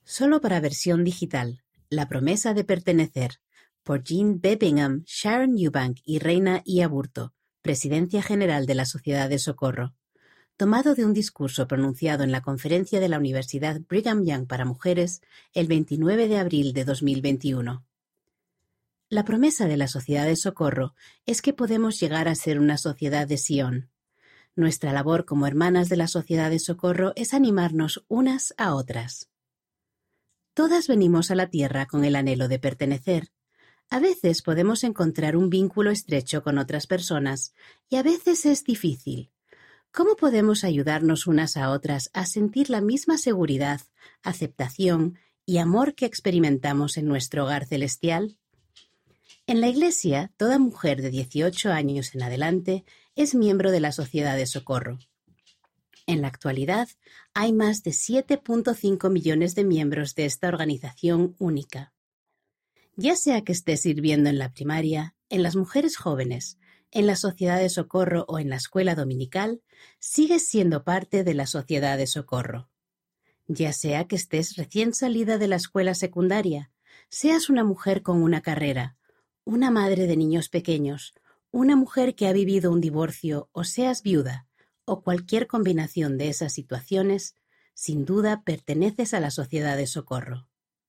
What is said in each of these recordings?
Solo para versión digital, La promesa de pertenecer, por Jean B. Bingham, Sharon Eubank y Reina I. Aburto, Presidencia General de la Sociedad de Socorro. Tomado de un discurso pronunciado en la conferencia de la Universidad Brigham Young para mujeres el 29 de abril de 2021. La promesa de la Sociedad de Socorro es que podemos llegar a ser una sociedad de Sion. Nuestra labor como hermanas de la Sociedad de Socorro es animarnos unas a otras. Todas venimos a la tierra con el anhelo de pertenecer. A veces podemos encontrar un vínculo estrecho con otras personas y a veces es difícil. ¿Cómo podemos ayudarnos unas a otras a sentir la misma seguridad, aceptación y amor que experimentamos en nuestro hogar celestial? En la Iglesia, toda mujer de 18 años en adelante es miembro de la Sociedad de Socorro. En la actualidad, hay más de 7.5 millones de miembros de esta organización única. Ya sea que estés sirviendo en la primaria, en las mujeres jóvenes, en la Sociedad de Socorro o en la escuela dominical, sigues siendo parte de la Sociedad de Socorro. Ya sea que estés recién salida de la escuela secundaria, seas una mujer con una carrera, una madre de niños pequeños, una mujer que ha vivido un divorcio o seas viuda, o cualquier combinación de esas situaciones, sin duda perteneces a la Sociedad de Socorro.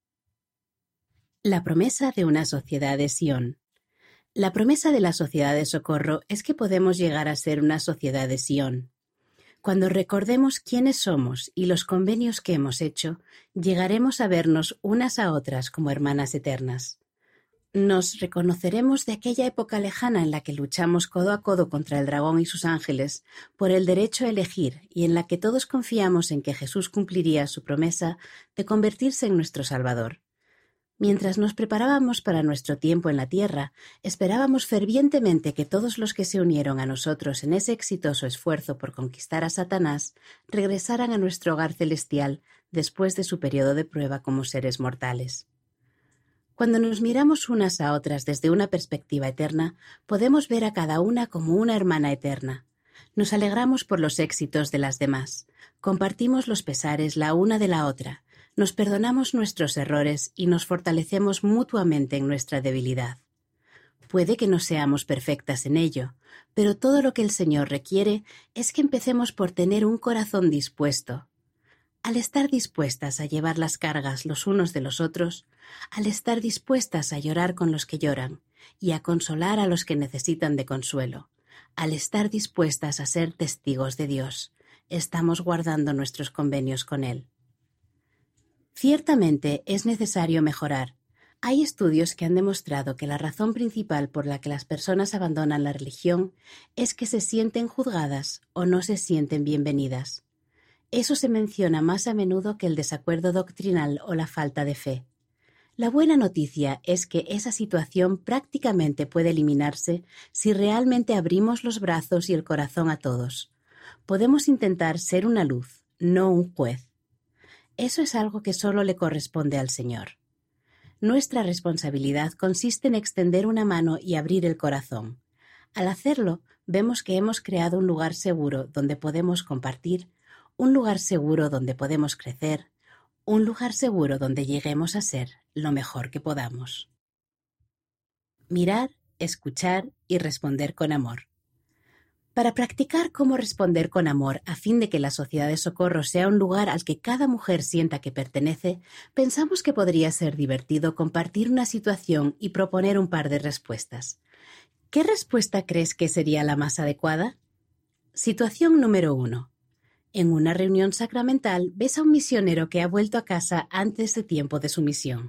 La promesa de una sociedad de Sion. La promesa de la Sociedad de Socorro es que podemos llegar a ser una sociedad de Sion. Cuando recordemos quiénes somos y los convenios que hemos hecho, llegaremos a vernos unas a otras como hermanas eternas. Nos reconoceremos de aquella época lejana en la que luchamos codo a codo contra el dragón y sus ángeles por el derecho a elegir y en la que todos confiamos en que Jesús cumpliría su promesa de convertirse en nuestro Salvador. Mientras nos preparábamos para nuestro tiempo en la tierra, esperábamos fervientemente que todos los que se unieron a nosotros en ese exitoso esfuerzo por conquistar a Satanás regresaran a nuestro hogar celestial después de su periodo de prueba como seres mortales. Cuando nos miramos unas a otras desde una perspectiva eterna, podemos ver a cada una como una hermana eterna. Nos alegramos por los éxitos de las demás, compartimos los pesares la una de la otra, nos perdonamos nuestros errores y nos fortalecemos mutuamente en nuestra debilidad. Puede que no seamos perfectas en ello, pero todo lo que el Señor requiere es que empecemos por tener un corazón dispuesto. Al estar dispuestas a llevar las cargas los unos de los otros, al estar dispuestas a llorar con los que lloran y a consolar a los que necesitan de consuelo, al estar dispuestas a ser testigos de Dios, estamos guardando nuestros convenios con Él. Ciertamente es necesario mejorar. Hay estudios que han demostrado que la razón principal por la que las personas abandonan la religión es que se sienten juzgadas o no se sienten bienvenidas. Eso se menciona más a menudo que el desacuerdo doctrinal o la falta de fe. La buena noticia es que esa situación prácticamente puede eliminarse si realmente abrimos los brazos y el corazón a todos. Podemos intentar ser una luz, no un juez. Eso es algo que solo le corresponde al Señor. Nuestra responsabilidad consiste en extender una mano y abrir el corazón. Al hacerlo, vemos que hemos creado un lugar seguro donde podemos compartir, un lugar seguro donde podemos crecer, un lugar seguro donde lleguemos a ser lo mejor que podamos. Mirar, escuchar y responder con amor. Para practicar cómo responder con amor a fin de que la Sociedad de Socorro sea un lugar al que cada mujer sienta que pertenece, pensamos que podría ser divertido compartir una situación y proponer un par de respuestas. ¿Qué respuesta crees que sería la más adecuada? Situación número 1. En una reunión sacramental ves a un misionero que ha vuelto a casa antes de tiempo de su misión.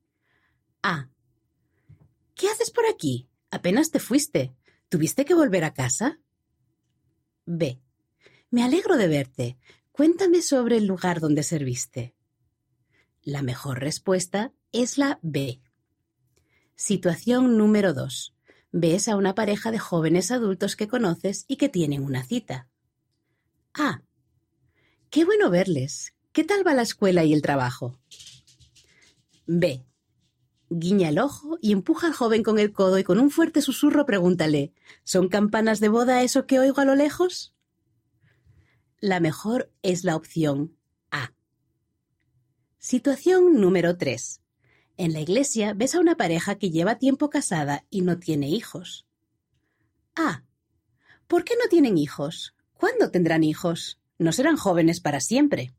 A. ¿Qué haces por aquí? Apenas te fuiste. ¿Tuviste que volver a casa? B. Me alegro de verte. Cuéntame sobre el lugar donde serviste. La mejor respuesta es la B. Situación número 2. Ves a una pareja de jóvenes adultos que conoces y que tienen una cita. A. Qué bueno verles. ¿Qué tal va la escuela y el trabajo? B. Guiña el ojo y empuja al joven con el codo y con un fuerte susurro pregúntale: ¿son campanas de boda eso que oigo a lo lejos? La mejor es la opción A. Situación número 3. En la iglesia ves a una pareja que lleva tiempo casada y no tiene hijos. A. ¿Por qué no tienen hijos? ¿Cuándo tendrán hijos? No serán jóvenes para siempre.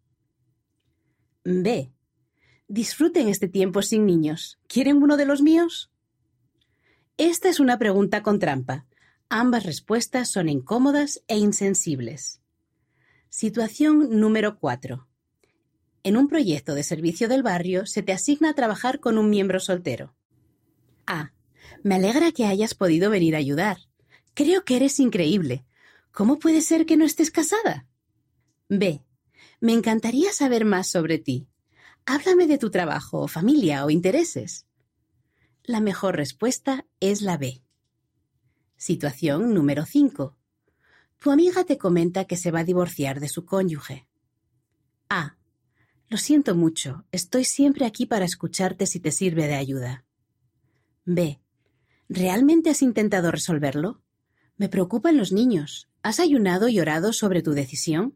B. Disfruten este tiempo sin niños. ¿Quieren uno de los míos? Esta es una pregunta con trampa. Ambas respuestas son incómodas e insensibles. Situación número 4. En un proyecto de servicio del barrio se te asigna a trabajar con un miembro soltero. A. Me alegra que hayas podido venir a ayudar. Creo que eres increíble. ¿Cómo puede ser que no estés casada? B. Me encantaría saber más sobre ti. Háblame de tu trabajo, familia o intereses. La mejor respuesta es la B. Situación número 5. Tu amiga te comenta que se va a divorciar de su cónyuge. A. Lo siento mucho, estoy siempre aquí para escucharte si te sirve de ayuda. B. ¿Realmente has intentado resolverlo? Me preocupan los niños. ¿Has ayunado y orado sobre tu decisión?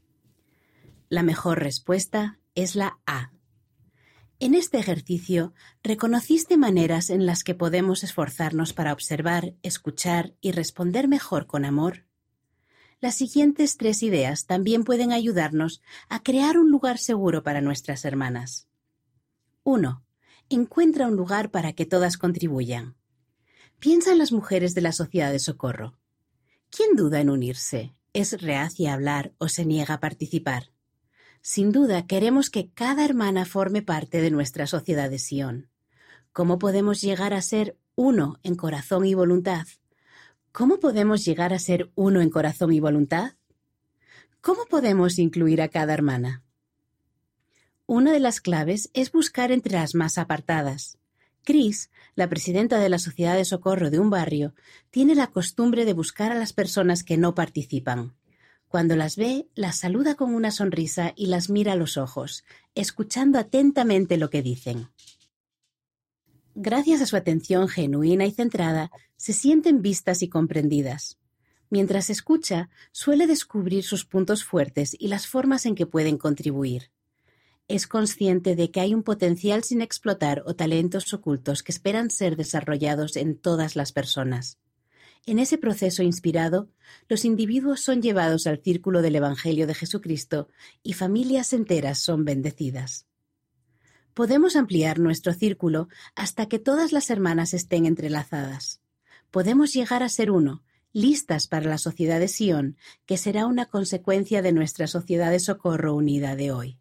La mejor respuesta es la A. En este ejercicio, reconociste maneras en las que podemos esforzarnos para observar, escuchar y responder mejor con amor. Las siguientes 3 ideas también pueden ayudarnos a crear un lugar seguro para nuestras hermanas. 1. Encuentra un lugar para que todas contribuyan. Piensa en las mujeres de la Sociedad de Socorro. ¿Quién duda en unirse? ¿Es reacia a hablar o se niega a participar? Sin duda, queremos que cada hermana forme parte de nuestra sociedad de Sion. ¿Cómo podemos llegar a ser uno en corazón y voluntad? ¿Cómo podemos llegar a ser uno en corazón y voluntad? ¿Cómo podemos incluir a cada hermana? Una de las claves es buscar entre las más apartadas. Chris, la presidenta de la Sociedad de Socorro de un barrio, tiene la costumbre de buscar a las personas que no participan. Cuando las ve, las saluda con una sonrisa y las mira a los ojos, escuchando atentamente lo que dicen. Gracias a su atención genuina y centrada, se sienten vistas y comprendidas. Mientras escucha, suele descubrir sus puntos fuertes y las formas en que pueden contribuir. Es consciente de que hay un potencial sin explotar o talentos ocultos que esperan ser desarrollados en todas las personas. En ese proceso inspirado, los individuos son llevados al círculo del Evangelio de Jesucristo y familias enteras son bendecidas. Podemos ampliar nuestro círculo hasta que todas las hermanas estén entrelazadas. Podemos llegar a ser uno, listas para la sociedad de Sion, que será una consecuencia de nuestra sociedad de socorro unida de hoy.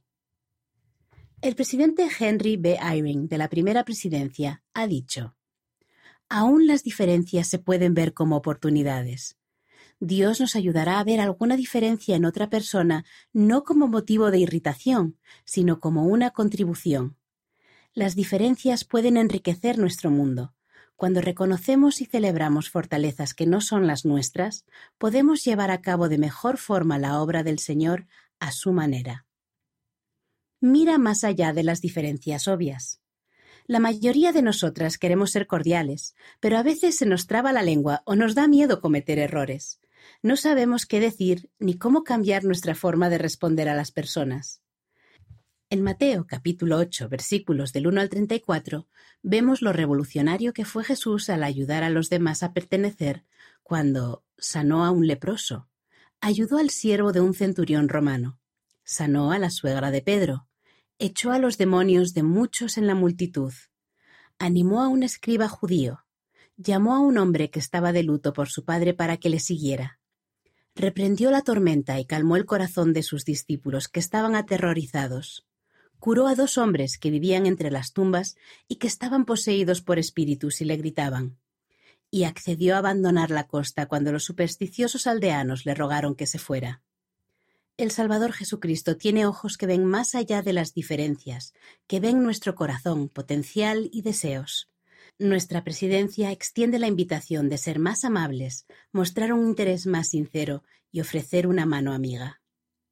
El presidente Henry B. Eyring, de la primera presidencia, ha dicho: aún las diferencias se pueden ver como oportunidades. Dios nos ayudará a ver alguna diferencia en otra persona no como motivo de irritación, sino como una contribución. Las diferencias pueden enriquecer nuestro mundo. Cuando reconocemos y celebramos fortalezas que no son las nuestras, podemos llevar a cabo de mejor forma la obra del Señor a su manera. Mira más allá de las diferencias obvias. La mayoría de nosotras queremos ser cordiales, pero a veces se nos traba la lengua o nos da miedo cometer errores. No sabemos qué decir ni cómo cambiar nuestra forma de responder a las personas. En Mateo capítulo 8, versículos del 1 al 34, vemos lo revolucionario que fue Jesús al ayudar a los demás a pertenecer cuando sanó a un leproso, ayudó al siervo de un centurión romano, sanó a la suegra de Pedro, echó a los demonios de muchos en la multitud, animó a un escriba judío, llamó a un hombre que estaba de luto por su padre para que le siguiera, reprendió la tormenta y calmó el corazón de sus discípulos que estaban aterrorizados, curó a 2 hombres que vivían entre las tumbas y que estaban poseídos por espíritus y le gritaban, y accedió a abandonar la costa cuando los supersticiosos aldeanos le rogaron que se fuera. El Salvador Jesucristo tiene ojos que ven más allá de las diferencias, que ven nuestro corazón, potencial y deseos. Nuestra presidencia extiende la invitación de ser más amables, mostrar un interés más sincero y ofrecer una mano amiga.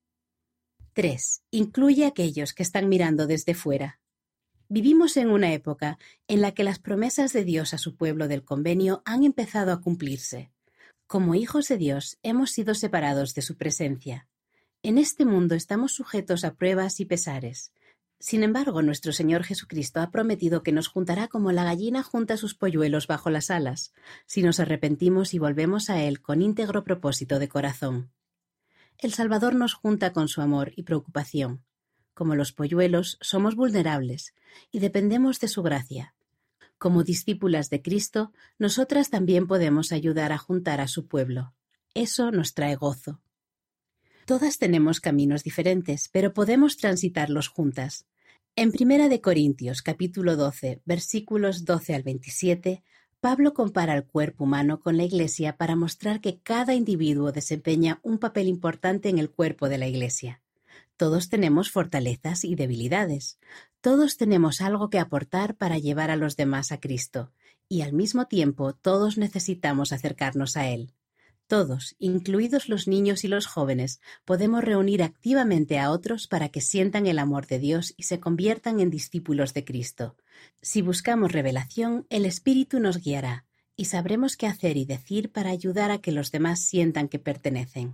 3. Incluye a aquellos que están mirando desde fuera. Vivimos en una época en la que las promesas de Dios a su pueblo del convenio han empezado a cumplirse. Como hijos de Dios, hemos sido separados de su presencia. En este mundo estamos sujetos a pruebas y pesares, Sin embargo, nuestro Señor Jesucristo ha prometido que nos juntará como la gallina junta sus polluelos bajo las alas, si nos arrepentimos y volvemos a Él con íntegro propósito de corazón. El Salvador nos junta con su amor y preocupación. Como los polluelos, somos vulnerables y dependemos de su gracia. Como discípulas de Cristo, nosotras también podemos ayudar a juntar a su pueblo. Eso nos trae gozo. Todas tenemos caminos diferentes, pero podemos transitarlos juntas. En 1 Corintios, capítulo 12, versículos 12 al 27, Pablo compara el cuerpo humano con la Iglesia para mostrar que cada individuo desempeña un papel importante en el cuerpo de la Iglesia. Todos tenemos fortalezas y debilidades. Todos tenemos algo que aportar para llevar a los demás a Cristo, y al mismo tiempo todos necesitamos acercarnos a Él. Todos, incluidos los niños y los jóvenes, podemos reunir activamente a otros para que sientan el amor de Dios y se conviertan en discípulos de Cristo. Si buscamos revelación, el Espíritu nos guiará y sabremos qué hacer y decir para ayudar a que los demás sientan que pertenecen.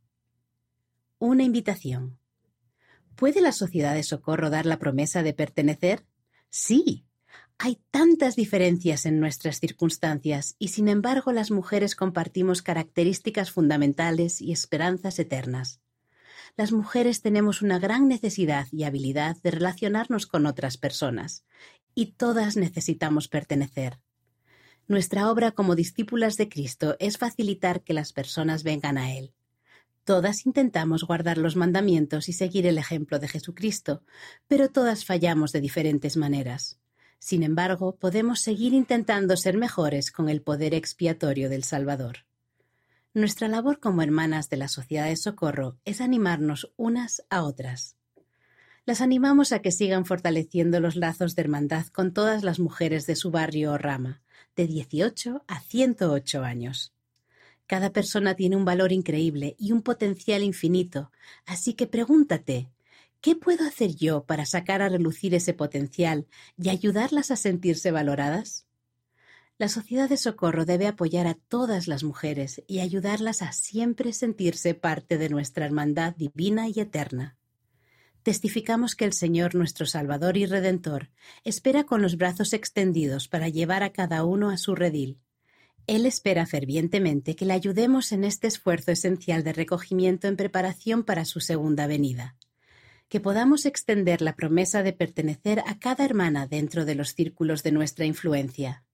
Una invitación. ¿Puede la Sociedad de Socorro dar la promesa de pertenecer? Sí. Hay tantas diferencias en nuestras circunstancias y, sin embargo, las mujeres compartimos características fundamentales y esperanzas eternas. Las mujeres tenemos una gran necesidad y habilidad de relacionarnos con otras personas, y todas necesitamos pertenecer. Nuestra obra como discípulas de Cristo es facilitar que las personas vengan a Él. Todas intentamos guardar los mandamientos y seguir el ejemplo de Jesucristo, pero todas fallamos de diferentes maneras. Sin embargo, podemos seguir intentando ser mejores con el poder expiatorio del Salvador. Nuestra labor como hermanas de la Sociedad de Socorro es animarnos unas a otras. Las animamos a que sigan fortaleciendo los lazos de hermandad con todas las mujeres de su barrio o rama, de 18 a 108 años. Cada persona tiene un valor increíble y un potencial infinito, así que pregúntate, ¿qué puedo hacer yo para sacar a relucir ese potencial y ayudarlas a sentirse valoradas? La Sociedad de Socorro debe apoyar a todas las mujeres y ayudarlas a siempre sentirse parte de nuestra hermandad divina y eterna. Testificamos que el Señor, nuestro Salvador y Redentor, espera con los brazos extendidos para llevar a cada uno a su redil. Él espera fervientemente que le ayudemos en este esfuerzo esencial de recogimiento en preparación para su segunda venida. Que podamos extender la promesa de pertenecer a cada hermana dentro de los círculos de nuestra influencia.